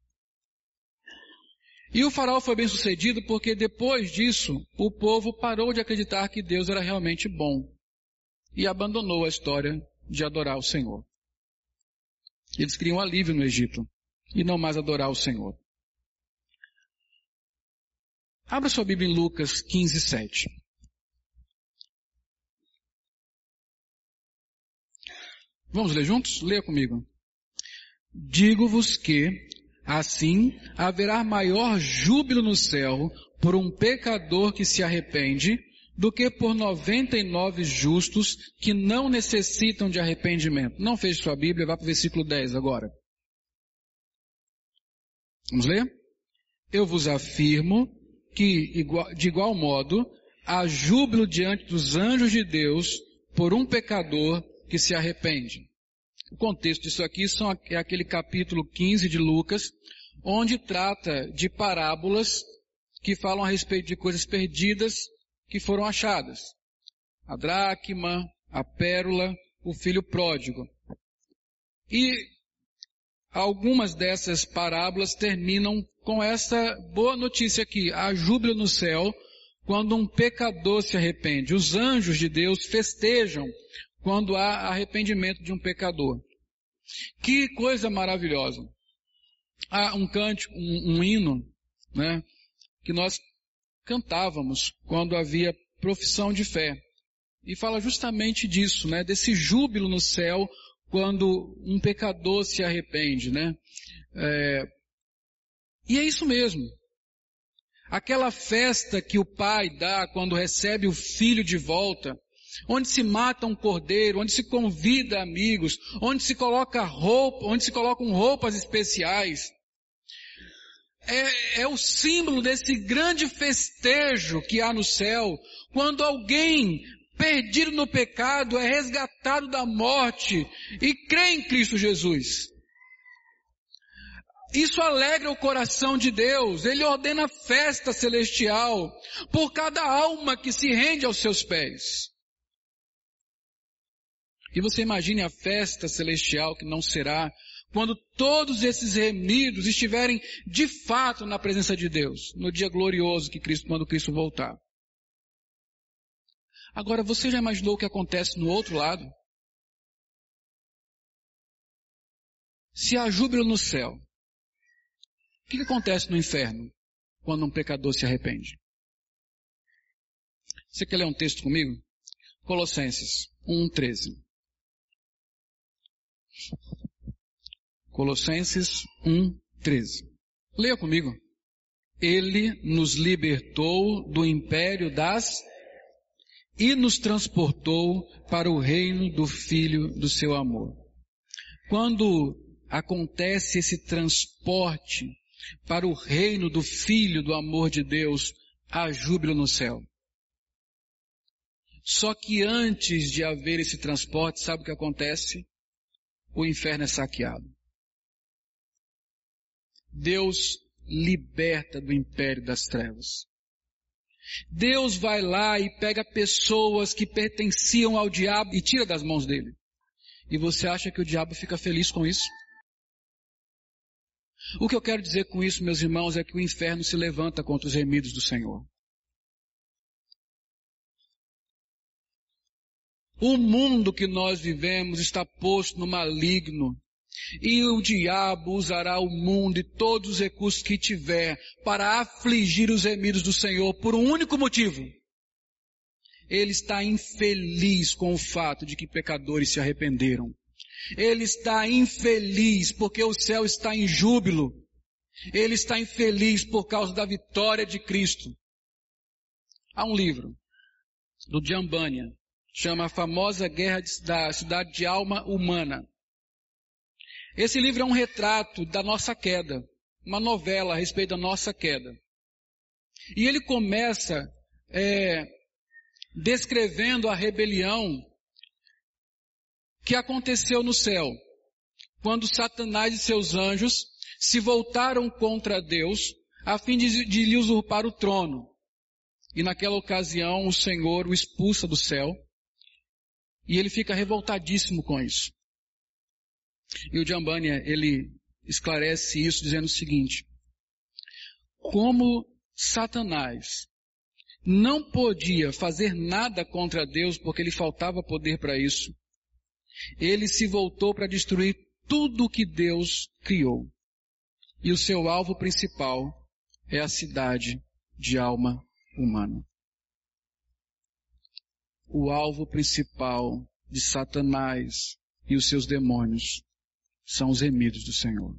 E o faraó foi bem sucedido porque depois disso, o povo parou de acreditar que Deus era realmente bom. E abandonou a história de adorar o Senhor. Eles queriam alívio no Egito e não mais adorar o Senhor. Abra sua Bíblia em Lucas quinze, sete. Vamos ler juntos? Leia comigo. Digo-vos que, assim, haverá maior júbilo no céu por um pecador que se arrepende do que por noventa e nove justos que não necessitam de arrependimento. Não feche sua Bíblia, vá para o versículo dez agora. Vamos ler? Eu vos afirmo que, de igual modo, há júbilo diante dos anjos de Deus por um pecador que se arrepende. O contexto disso aqui são, é aquele capítulo quinze de Lucas, onde trata de parábolas que falam a respeito de coisas perdidas que foram achadas. A dracma, a pérola, o filho pródigo. E algumas dessas parábolas terminam com essa boa notícia aqui. Há júbilo no céu quando um pecador se arrepende. Os anjos de Deus festejam quando há arrependimento de um pecador. Que coisa maravilhosa. Há um cântico, um, um hino, né, que nós cantávamos quando havia profissão de fé. E fala justamente disso, né, desse júbilo no céu quando um pecador se arrepende, né. É, E é isso mesmo. Aquela festa que o pai dá quando recebe o filho de volta, onde se mata um cordeiro, onde se convida amigos, onde se coloca roupa, onde se colocam roupas especiais, é, é o símbolo desse grande festejo que há no céu, quando alguém perdido no pecado é resgatado da morte e crê em Cristo Jesus. Isso alegra o coração de Deus. Ele ordena festa celestial por cada alma que se rende aos seus pés. E você imagine a festa celestial que não será quando todos esses remidos estiverem de fato na presença de Deus, no dia glorioso que Cristo, quando Cristo voltar. Agora, você já imaginou o que acontece no outro lado? Se há júbilo no céu, o que acontece no inferno quando um pecador se arrepende? Você quer ler um texto comigo? Colossenses um, treze. Colossenses um, treze. Leia comigo. Ele nos libertou do império das e nos transportou para o reino do Filho do seu amor. Quando acontece esse transporte para o reino do Filho do amor de Deus, há júbilo no céu. Só que antes de haver esse transporte, sabe o que acontece? O inferno é saqueado. Deus liberta do império das trevas. Deus vai lá e pega pessoas que pertenciam ao diabo e tira das mãos dele. E você acha que o diabo fica feliz com isso? O que eu quero dizer com isso, meus irmãos, é que o inferno se levanta contra os remidos do Senhor. O mundo que nós vivemos está posto no maligno. E o diabo usará o mundo e todos os recursos que tiver para afligir os remidos do Senhor por um único motivo. Ele está infeliz com o fato de que pecadores se arrependeram. Ele está infeliz porque o céu está em júbilo. Ele está infeliz por causa da vitória de Cristo. Há um livro do John Bunyan, chama A Famosa Guerra da Cidade de Alma Humana. Esse livro é um retrato da nossa queda, uma novela a respeito da nossa queda. E ele começa é, descrevendo a rebelião que aconteceu no céu, quando Satanás e seus anjos se voltaram contra Deus a fim de, de lhe usurpar o trono. E naquela ocasião o Senhor o expulsa do céu e ele fica revoltadíssimo com isso. E o John Bunyan, ele esclarece isso dizendo o seguinte: como Satanás não podia fazer nada contra Deus porque lhe faltava poder para isso, ele se voltou para destruir tudo o que Deus criou. E o seu alvo principal é a cidade de alma humana. O alvo principal de Satanás e os seus demônios são os remidos do Senhor.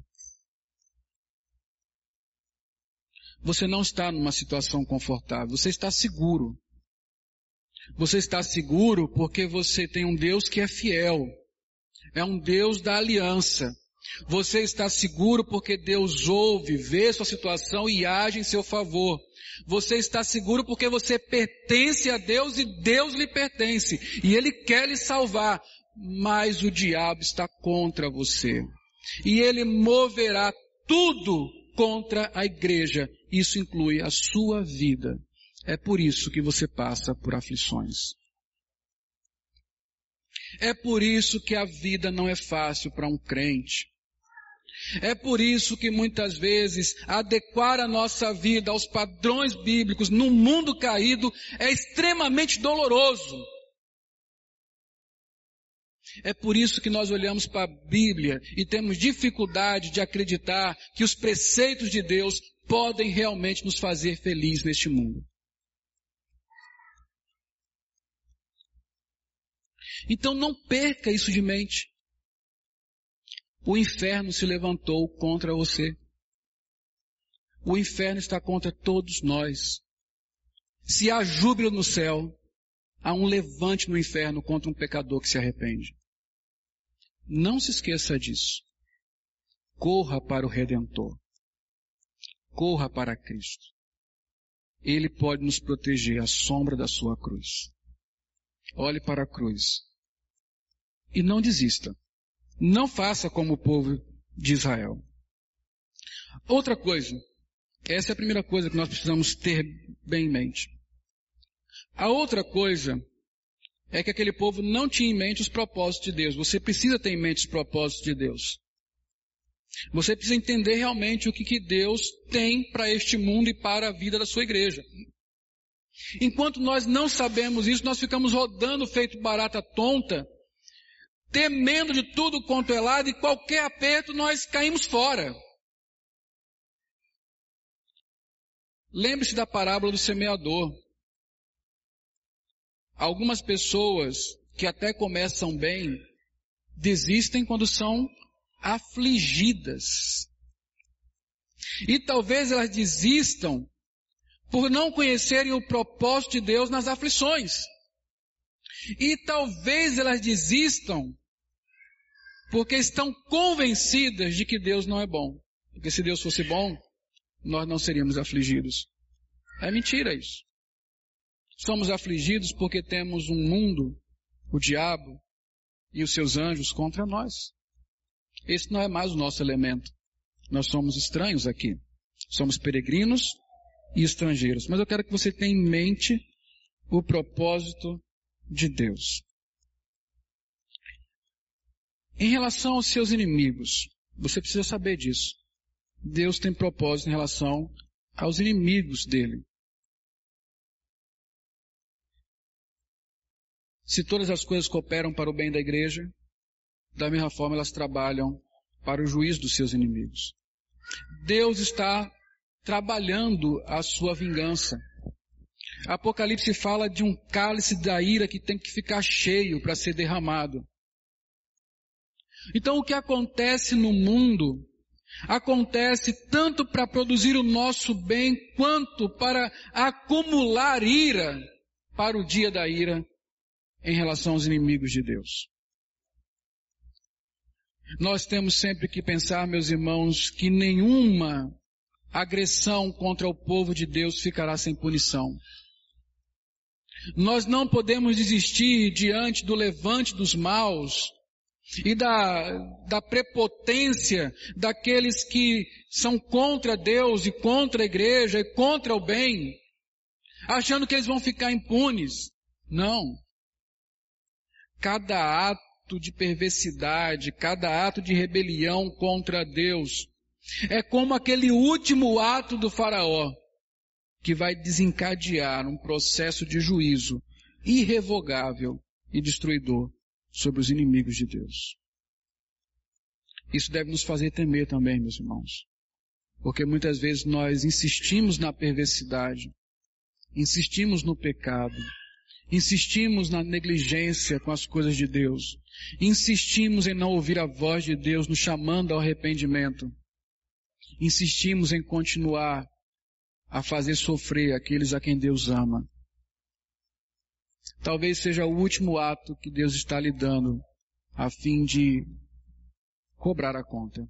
Você não está numa situação confortável, você está seguro. Você está seguro porque você tem um Deus que é fiel. É um Deus da aliança. Você está seguro porque Deus ouve, vê sua situação e age em seu favor. Você está seguro porque você pertence a Deus e Deus lhe pertence. E Ele quer lhe salvar. Mas o diabo está contra você. E ele moverá tudo contra a igreja. Isso inclui a sua vida. É por isso que você passa por aflições. É por isso que a vida não é fácil para um crente. É por isso que muitas vezes adequar a nossa vida aos padrões bíblicos num mundo caído é extremamente doloroso. É por isso que nós olhamos para a Bíblia e temos dificuldade de acreditar que os preceitos de Deus podem realmente nos fazer felizes neste mundo. Então não perca isso de mente. O inferno se levantou contra você. o inferno está contra todos nós. Se há júbilo no céu, há um levante no inferno contra um pecador que se arrepende. Não se esqueça disso. Corra para o Redentor. Corra para Cristo. Ele pode nos proteger à sombra da sua cruz. Olhe para a cruz. E não desista. Não faça como o povo de Israel. Outra coisa. Essa é a primeira coisa que nós precisamos ter bem em mente. A outra coisa é que aquele povo não tinha em mente os propósitos de Deus. Você precisa ter em mente os propósitos de Deus. Você precisa entender realmente o que, que Deus tem para este mundo e para a vida da sua igreja. Enquanto nós não sabemos isso, nós ficamos rodando feito barata tonta, temendo de tudo quanto é lado, e qualquer aperto nós caímos fora. Lembre-se da parábola do semeador. Algumas pessoas que até começam bem, desistem quando são afligidas. E talvez elas desistam por não conhecerem o propósito de Deus nas aflições. E talvez elas desistam porque estão convencidas de que Deus não é bom. Porque se Deus fosse bom, nós não seríamos afligidos. É mentira isso. Somos afligidos porque temos um mundo, o diabo e os seus anjos contra nós. Esse não é mais o nosso elemento. Nós somos estranhos aqui. Somos peregrinos e estrangeiros. Mas eu quero que você tenha em mente o propósito de Deus. Em relação aos seus inimigos, você precisa saber disso. Deus tem propósito em relação aos inimigos dele. Se todas as coisas cooperam para o bem da igreja, da mesma forma elas trabalham para o juízo dos seus inimigos. Deus está trabalhando a sua vingança. Apocalipse fala de um cálice da ira que tem que ficar cheio para ser derramado. Então o que acontece no mundo, acontece tanto para produzir o nosso bem, quanto para acumular ira para o dia da ira em relação aos inimigos de Deus. Nós temos sempre que pensar, meus irmãos, que nenhuma agressão contra o povo de Deus ficará sem punição. Nós não podemos desistir diante do levante dos maus e da, da prepotência daqueles que são contra Deus e contra a igreja e contra o bem, achando que eles vão ficar impunes. Não. Cada ato de perversidade, cada ato de rebelião contra Deus, é como aquele último ato do faraó, que vai desencadear um processo de juízo irrevogável e destruidor sobre os inimigos de Deus. Isso deve nos fazer temer também, meus irmãos, porque muitas vezes nós insistimos na perversidade, insistimos no pecado, insistimos na negligência com as coisas de Deus, insistimos em não ouvir a voz de Deus nos chamando ao arrependimento, insistimos em continuar a fazer sofrer aqueles a quem Deus ama. Talvez seja o último ato que Deus está lhe dando a fim de cobrar a conta.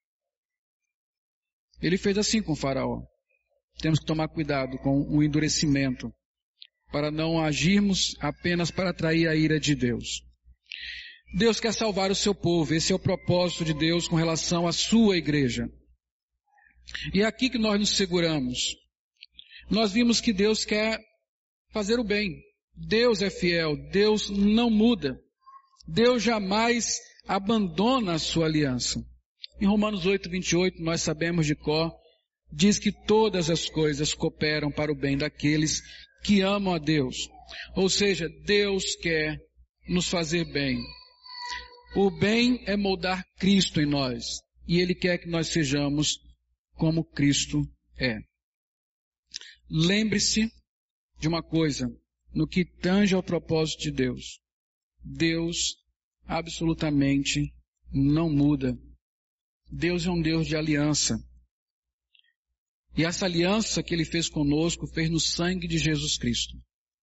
Ele fez assim com o faraó. Temos que tomar cuidado com o endurecimento, para não agirmos apenas para atrair a ira de Deus. Deus quer salvar o seu povo. Esse é o propósito de Deus com relação à sua igreja. E é aqui que nós nos seguramos. Nós vimos que Deus quer fazer o bem. Deus é fiel. Deus não muda. Deus jamais abandona a sua aliança. Em Romanos oito, vinte e oito, nós sabemos de cor, diz que todas as coisas cooperam para o bem daqueles que amam a Deus. Ou seja, Deus quer nos fazer bem. O bem é moldar Cristo em nós. E Ele quer que nós sejamos como Cristo é. Lembre-se de uma coisa, no que tange ao propósito de Deus. Deus absolutamente não muda. Deus é um Deus de aliança. E essa aliança que ele fez conosco, fez no sangue de Jesus Cristo.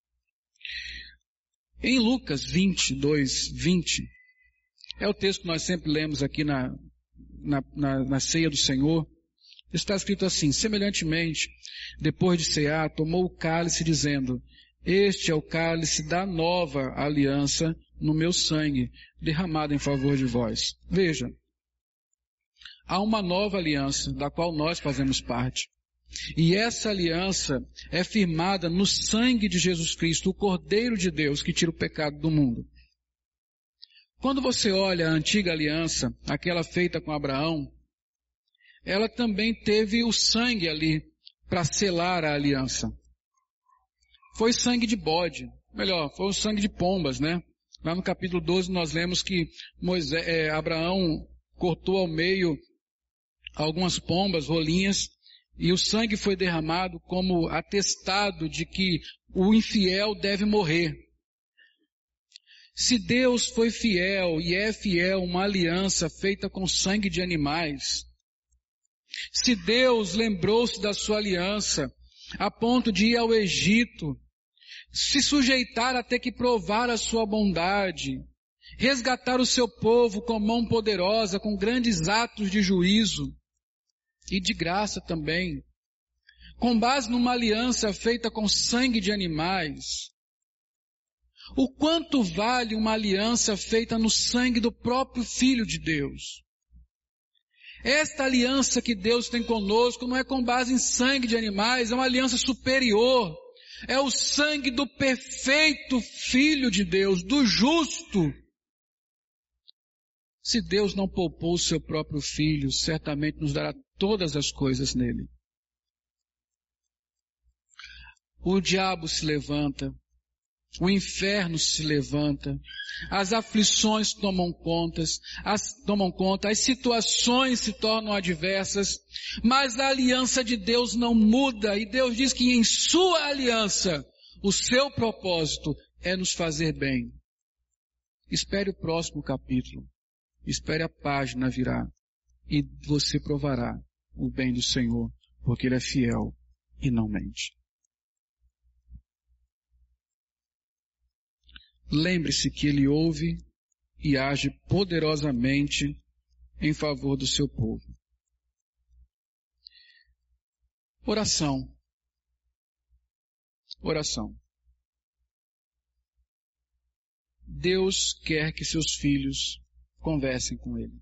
Em Lucas vinte e dois, vinte, é o texto que nós sempre lemos aqui na, na, na, na ceia do Senhor. Está escrito assim: semelhantemente, depois de cear, tomou o cálice dizendo: este é o cálice da nova aliança no meu sangue, derramado em favor de vós. Veja, há uma nova aliança, da qual nós fazemos parte. E essa aliança é firmada no sangue de Jesus Cristo, o Cordeiro de Deus que tira o pecado do mundo. Quando você olha a antiga aliança, aquela feita com Abraão, ela também teve o sangue ali para selar a aliança. Foi sangue de bode, melhor, foi o sangue de pombas, né? Lá no capítulo doze nós lemos que Moisés, é, Abraão cortou ao meio algumas pombas, rolinhas, e o sangue foi derramado como atestado de que o infiel deve morrer. Se Deus foi fiel e é fiel uma aliança feita com sangue de animais, se Deus lembrou-se da sua aliança a ponto de ir ao Egito, se sujeitar a ter que provar a sua bondade, resgatar o seu povo com mão poderosa, com grandes atos de juízo, e de graça também, com base numa aliança feita com sangue de animais, o quanto vale uma aliança feita no sangue do próprio Filho de Deus? Esta aliança que Deus tem conosco não é com base em sangue de animais, é uma aliança superior, é o sangue do perfeito Filho de Deus, do justo. Se Deus não poupou o seu próprio Filho, certamente nos dará todas as coisas nele. O diabo se levanta, o inferno se levanta, as aflições tomam conta, as, tomam conta, as situações se tornam adversas, mas a aliança de Deus não muda, e Deus diz que em sua aliança, o seu propósito é nos fazer bem. Espere o próximo capítulo, espere a página virar, e você provará o bem do Senhor, porque Ele é fiel e não mente. Lembre-se que Ele ouve e age poderosamente em favor do seu povo. Oração. Oração. Deus quer que seus filhos conversem com Ele.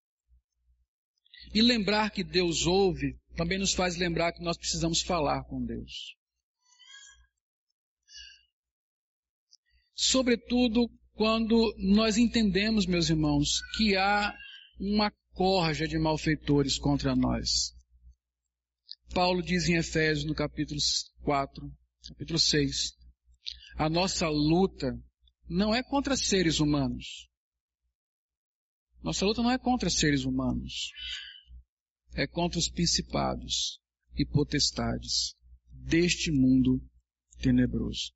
E lembrar que Deus ouve também nos faz lembrar que nós precisamos falar com Deus. Sobretudo quando nós entendemos, meus irmãos, que há uma corja de malfeitores contra nós. Paulo diz em Efésios, no capítulo quatro, capítulo seis, a nossa luta não é contra seres humanos. Nossa luta não é contra seres humanos. É contra os principados e potestades deste mundo tenebroso.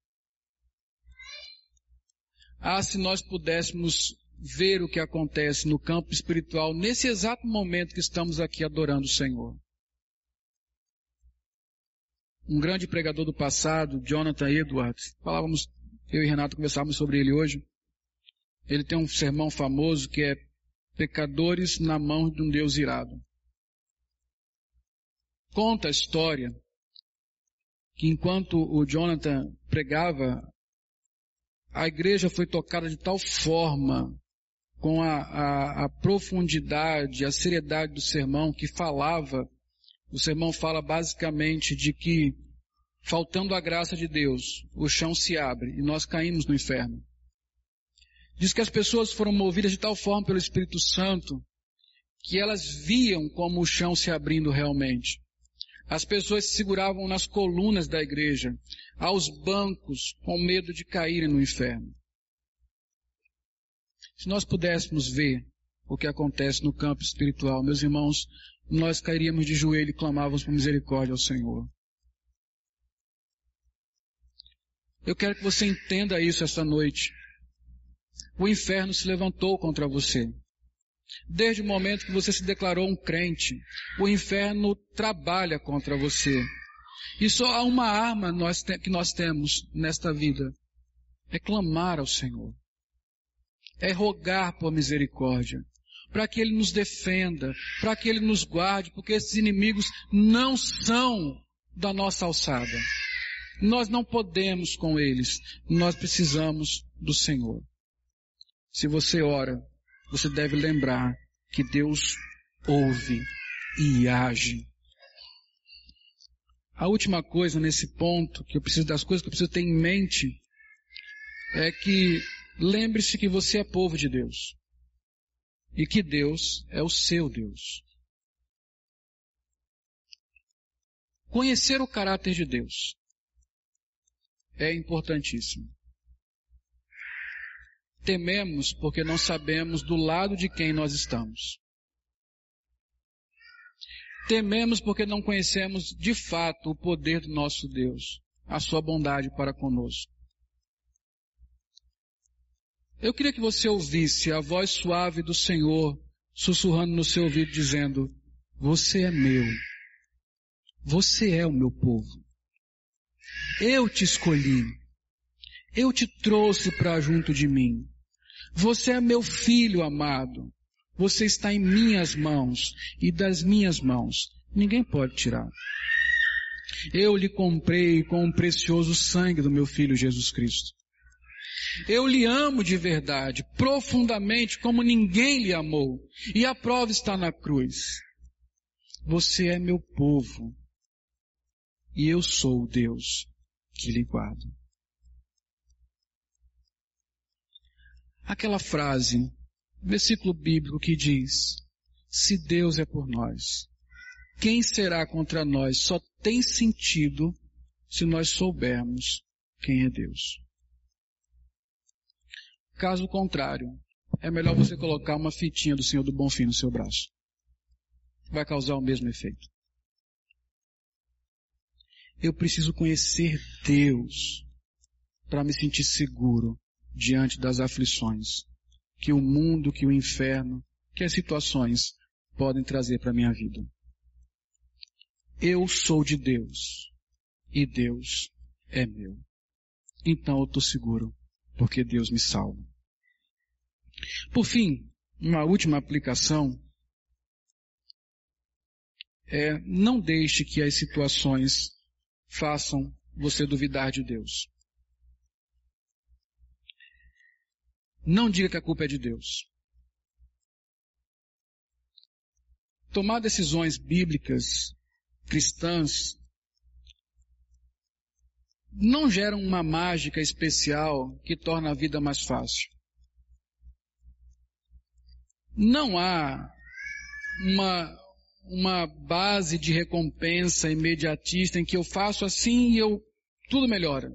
Ah, se nós pudéssemos ver o que acontece no campo espiritual nesse exato momento que estamos aqui adorando o Senhor. Um grande pregador do passado, Jonathan Edwards, falávamos, eu e Renato conversávamos sobre ele hoje. Ele tem um sermão famoso que é Pecadores na mão de um Deus irado. Conta a história que enquanto o Jonathan pregava, a igreja foi tocada de tal forma, com a, a, a profundidade, a seriedade do sermão, que falava, o sermão fala basicamente de que, faltando a graça de Deus, o chão se abre e nós caímos no inferno. Diz que as pessoas foram movidas de tal forma pelo Espírito Santo, que elas viam como o chão se abrindo realmente. As pessoas se seguravam nas colunas da igreja, aos bancos, com medo de caírem no inferno. Se nós pudéssemos ver o que acontece no campo espiritual, meus irmãos, nós cairíamos de joelho e clamávamos por misericórdia ao Senhor. Eu quero que você entenda isso esta noite. O inferno se levantou contra você. Desde o momento que você se declarou um crente, o inferno trabalha contra você. E só há uma arma nós te- que nós temos nesta vida. É clamar ao Senhor. É rogar por misericórdia. Para que Ele nos defenda, para que Ele nos guarde, porque esses inimigos não são da nossa alçada. Nós não podemos com eles. Nós precisamos do Senhor. Se você ora, você deve lembrar que Deus ouve e age. A última coisa nesse ponto, que eu preciso das coisas que eu preciso ter em mente, é que lembre-se que você é povo de Deus. E que Deus é o seu Deus. Conhecer o caráter de Deus é importantíssimo. Tememos porque não sabemos do lado de quem nós estamos. Tememos porque não conhecemos de fato o poder do nosso Deus, a sua bondade para conosco. Eu queria que você ouvisse a voz suave do Senhor sussurrando no seu ouvido dizendo: você é meu. Você é o meu povo. Eu te escolhi. Eu te trouxe para junto de mim. Você é meu filho amado. Você está em minhas mãos e das minhas mãos ninguém pode tirar. Eu lhe comprei com o precioso sangue do meu filho Jesus Cristo. Eu lhe amo de verdade, profundamente, como ninguém lhe amou. E a prova está na cruz. Você é meu povo. E eu sou o Deus que lhe guarda. Aquela frase, versículo bíblico que diz: se Deus é por nós, quem será contra nós? Só tem sentido se nós soubermos quem é Deus. Caso contrário, é melhor você colocar uma fitinha do Senhor do Bonfim no seu braço. Vai causar o mesmo efeito. Eu preciso conhecer Deus para me sentir seguro diante das aflições que o mundo, que o inferno, que as situações podem trazer para a minha vida. Eu sou de Deus e Deus é meu. Então eu estou seguro, porque Deus me salva. Por fim, uma última aplicação é: não deixe que as situações façam você duvidar de Deus. Não diga que a culpa é de Deus. Tomar decisões bíblicas, cristãs, não geram uma mágica especial que torna a vida mais fácil. Não há uma, uma base de recompensa imediatista em que eu faço assim e eu, tudo melhora.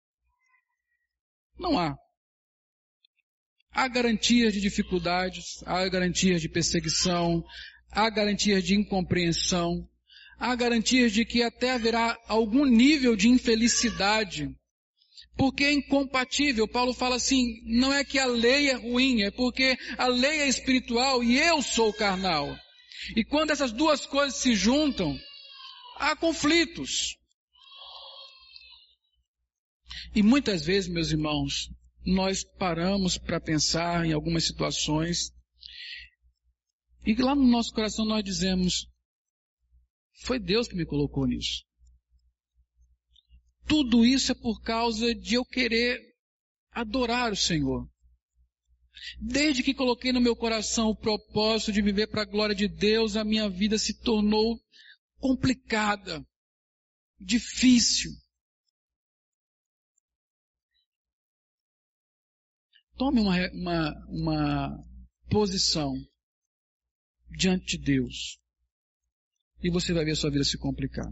Não há. Há garantias de dificuldades, há garantias de perseguição, há garantias de incompreensão, há garantias de que até haverá algum nível de infelicidade, porque é incompatível. Paulo fala assim, não é que a lei é ruim, é porque a lei é espiritual e eu sou carnal. E quando essas duas coisas se juntam, há conflitos. E muitas vezes, meus irmãos, nós paramos para pensar em algumas situações e lá no nosso coração nós dizemos: foi Deus que me colocou nisso. Tudo isso é por causa de eu querer adorar o Senhor. Desde que coloquei no meu coração o propósito de viver para a glória de Deus, a minha vida se tornou complicada, difícil. Tome uma, uma, uma posição diante de Deus e você vai ver a sua vida se complicar.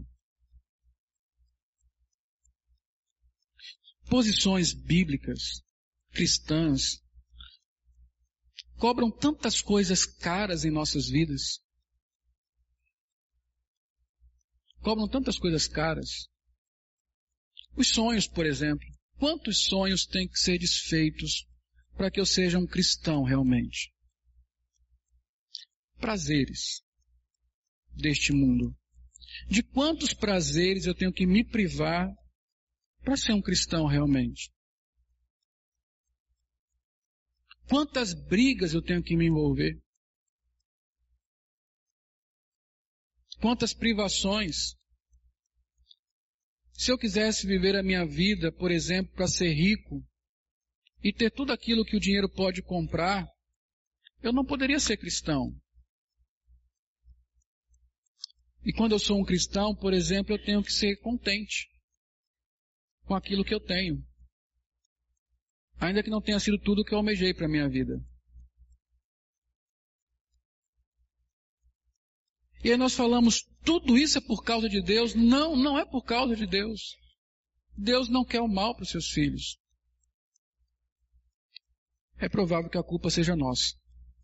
Posições bíblicas, cristãs, cobram tantas coisas caras em nossas vidas. Cobram tantas coisas caras. Os sonhos, por exemplo. Quantos sonhos têm que ser desfeitos para que eu seja um cristão realmente? prazeres deste mundo? De quantos prazeres eu tenho que me privar para ser um cristão realmente? Quantas brigas eu tenho que me envolver? Quantas privações? Se eu quisesse viver a minha vida, por exemplo, para ser rico e ter tudo aquilo que o dinheiro pode comprar, eu não poderia ser cristão. E quando eu sou um cristão, por exemplo, eu tenho que ser contente com aquilo que eu tenho, ainda que não tenha sido tudo o que eu almejei para a minha vida. E aí nós falamos, tudo isso é por causa de Deus? Não, não é por causa de Deus. Deus não quer o mal para os seus filhos. É provável que a culpa seja nossa.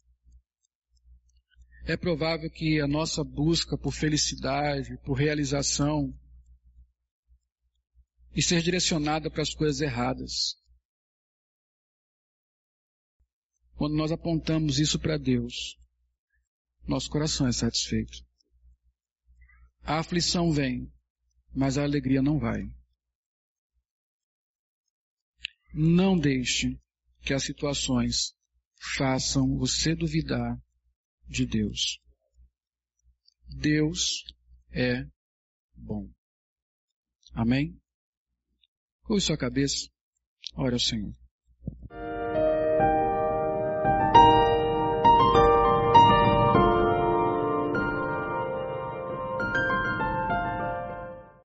É provável que a nossa busca por felicidade, por realização, e ser direcionada para as coisas erradas. Quando nós apontamos isso para Deus, nosso coração é satisfeito. A aflição vem, mas a alegria não vai. Não deixe que as situações façam você duvidar de Deus. Deus é bom. Amém? Curve sua cabeça, ore ao Senhor.